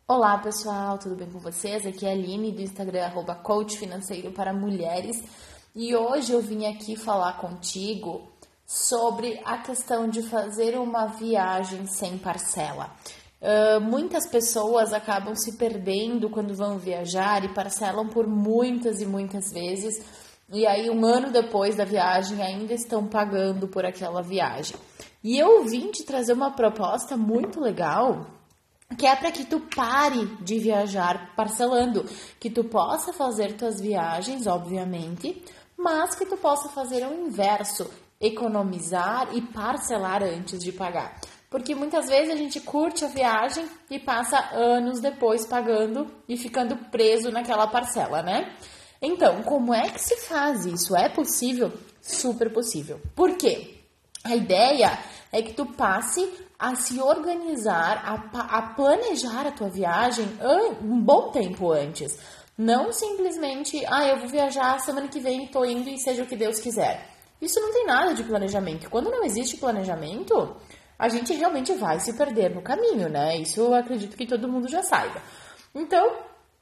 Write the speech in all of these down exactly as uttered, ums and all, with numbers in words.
Olá pessoal, tudo bem com vocês? Aqui é a Aline do Instagram, arroba Coach Financeiro para Mulheres. E hoje eu vim aqui falar contigo sobre a questão de fazer uma viagem sem parcela. Uh, muitas pessoas acabam se perdendo quando vão viajar e parcelam por muitas e muitas vezes. E aí um ano depois da viagem ainda estão pagando por aquela viagem. E eu vim te trazer uma proposta muito legal, que é para que tu pare de viajar parcelando, que tu possa fazer tuas viagens, obviamente, mas que tu possa fazer o inverso, economizar e parcelar antes de pagar. Porque muitas vezes a gente curte a viagem e passa anos depois pagando e ficando preso naquela parcela, né? Então, como é que se faz isso? É possível? Super possível. Por quê? A ideia é que tu passe a se organizar, a, a planejar a tua viagem um bom tempo antes. Não simplesmente, ah, eu vou viajar semana que vem e tô indo e seja o que Deus quiser. Isso não tem nada de planejamento. Quando não existe planejamento, a gente realmente vai se perder no caminho, né? Isso eu acredito que todo mundo já saiba. Então,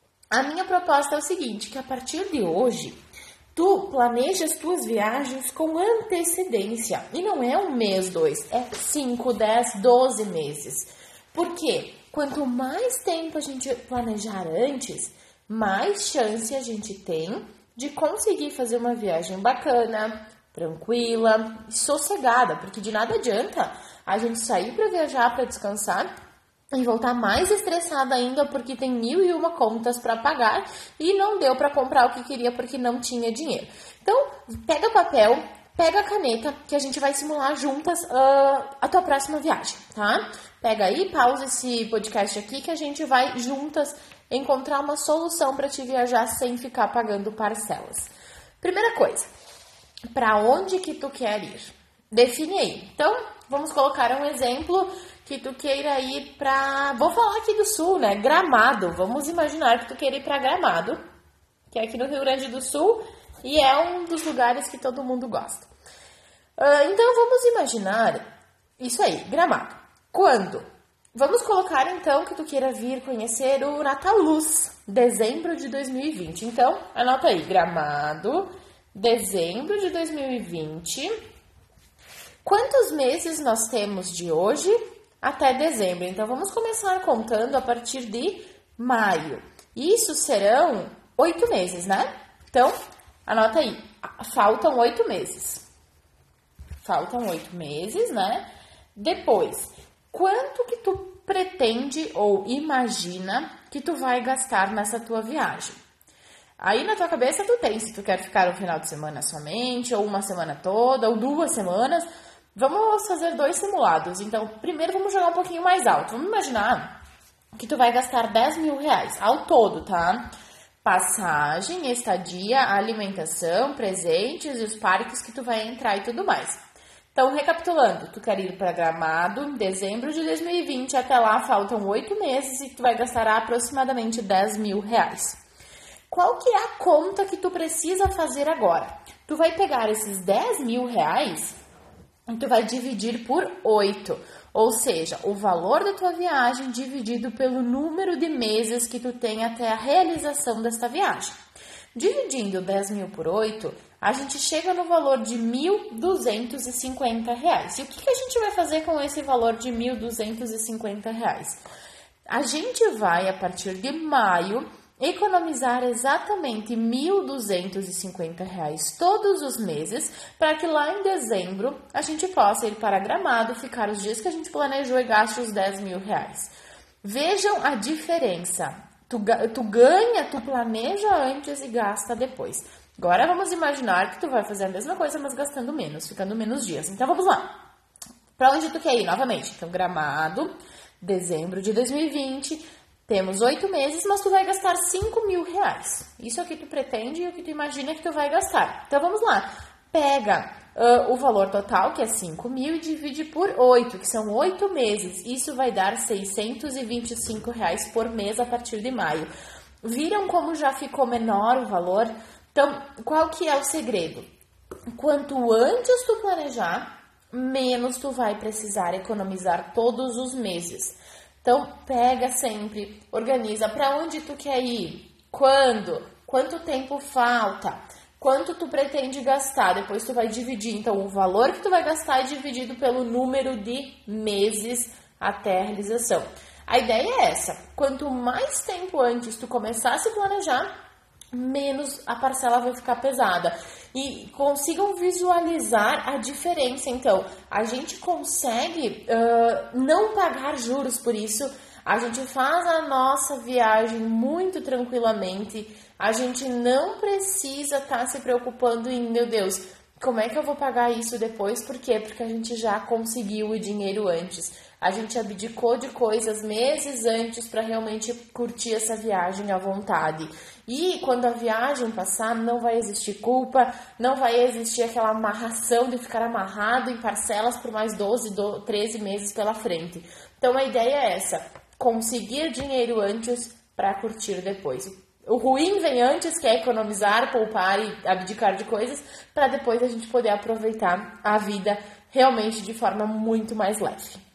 a minha proposta é o seguinte, que a partir de hoje, tu planeja as tuas viagens com antecedência. E não é um mês, dois, é cinco, dez, doze meses. Por quê? Quanto mais tempo a gente planejar antes, mais chance a gente tem de conseguir fazer uma viagem bacana, tranquila e sossegada. Porque de nada adianta a gente sair para viajar, para descansar e voltar mais estressada ainda porque tem mil e uma contas para pagar e não deu para comprar o que queria porque não tinha dinheiro. Então, pega papel, pega caneta que a gente vai simular juntas uh, a tua próxima viagem, tá? Pega aí, pausa esse podcast aqui que a gente vai juntas encontrar uma solução para te viajar sem ficar pagando parcelas. Primeira coisa, para onde que tu quer ir? Define aí. Então, vamos colocar um exemplo que tu queira ir para... Vou falar aqui do Sul, né? Gramado. Vamos imaginar que tu queira ir para Gramado, que é aqui no Rio Grande do Sul, e é um dos lugares que todo mundo gosta. Uh, então, vamos imaginar isso aí, Gramado. Quando? Vamos colocar, então, que tu queira vir conhecer o Nataluz, dezembro de dois mil e vinte. Então, anota aí, Gramado, dezembro de dois mil e vinte. Quantos meses nós temos de hoje até dezembro? Então, vamos começar contando a partir de maio. Isso serão oito meses, né? Então, anota aí. Faltam oito meses. Faltam oito meses, né? Depois, quanto que tu pretende ou imagina que tu vai gastar nessa tua viagem? Aí na tua cabeça tu tem se tu quer ficar um final de semana somente, ou uma semana toda, ou duas semanas. Vamos fazer dois simulados. Então, primeiro vamos jogar um pouquinho mais alto. Vamos imaginar que tu vai gastar dez mil reais ao todo, tá? Passagem, estadia, alimentação, presentes e os parques que tu vai entrar e tudo mais. Então, recapitulando, tu quer ir para Gramado, dezembro de dois mil e vinte, até lá faltam oito meses e tu vai gastar aproximadamente dez mil reais. Qual que é a conta que tu precisa fazer agora? Tu vai pegar esses dez mil reais e tu vai dividir por oito, ou seja, o valor da tua viagem dividido pelo número de meses que tu tem até a realização desta viagem. Dividindo dez mil por oito, a gente chega no valor de mil duzentos e cinquenta reais. E o que, que a gente vai fazer com esse valor de mil duzentos e cinquenta reais? A gente vai, a partir de maio, economizar exatamente mil duzentos e cinquenta reais todos os meses, para que lá em dezembro a gente possa ir para Gramado, ficar os dias que a gente planejou e gaste os dez mil reais. Vejam a diferença. Tu, tu ganha, tu planeja antes e gasta depois. Agora vamos imaginar que tu vai fazer a mesma coisa, mas gastando menos, ficando menos dias. Então vamos lá. Para onde tu quer ir novamente? Então Gramado, dezembro de dois mil e vinte... Temos oito meses, mas tu vai gastar cinco mil reais. Isso é o que tu pretende e o que tu imagina que tu vai gastar. Então, vamos lá. Pega uh, o valor total, que é cinco mil, e divide por oito, que são oito meses. Isso vai dar seiscentos e vinte e cinco reais por mês a partir de maio. Viram como já ficou menor o valor? Então, qual que é o segredo? Quanto antes tu planejar, menos tu vai precisar economizar todos os meses. Então, pega sempre, organiza para onde tu quer ir, quando, quanto tempo falta, quanto tu pretende gastar. Depois tu vai dividir, então, o valor que tu vai gastar é dividido pelo número de meses até a realização. A ideia é essa, quanto mais tempo antes tu começar a se planejar, menos a parcela vai ficar pesada. E consigam visualizar a diferença. Então, a gente consegue uh, não pagar juros por isso, a gente faz a nossa viagem muito tranquilamente, a gente não precisa estar se preocupando em, meu Deus, como é que eu vou pagar isso depois? Por quê? Porque a gente já conseguiu o dinheiro antes. A gente abdicou de coisas meses antes para realmente curtir essa viagem à vontade. E quando a viagem passar, não vai existir culpa, não vai existir aquela amarração de ficar amarrado em parcelas por mais doze, treze meses pela frente. Então a ideia é essa, conseguir dinheiro antes para curtir depois. O ruim vem antes, que é economizar, poupar e abdicar de coisas, para depois a gente poder aproveitar a vida realmente de forma muito mais leve.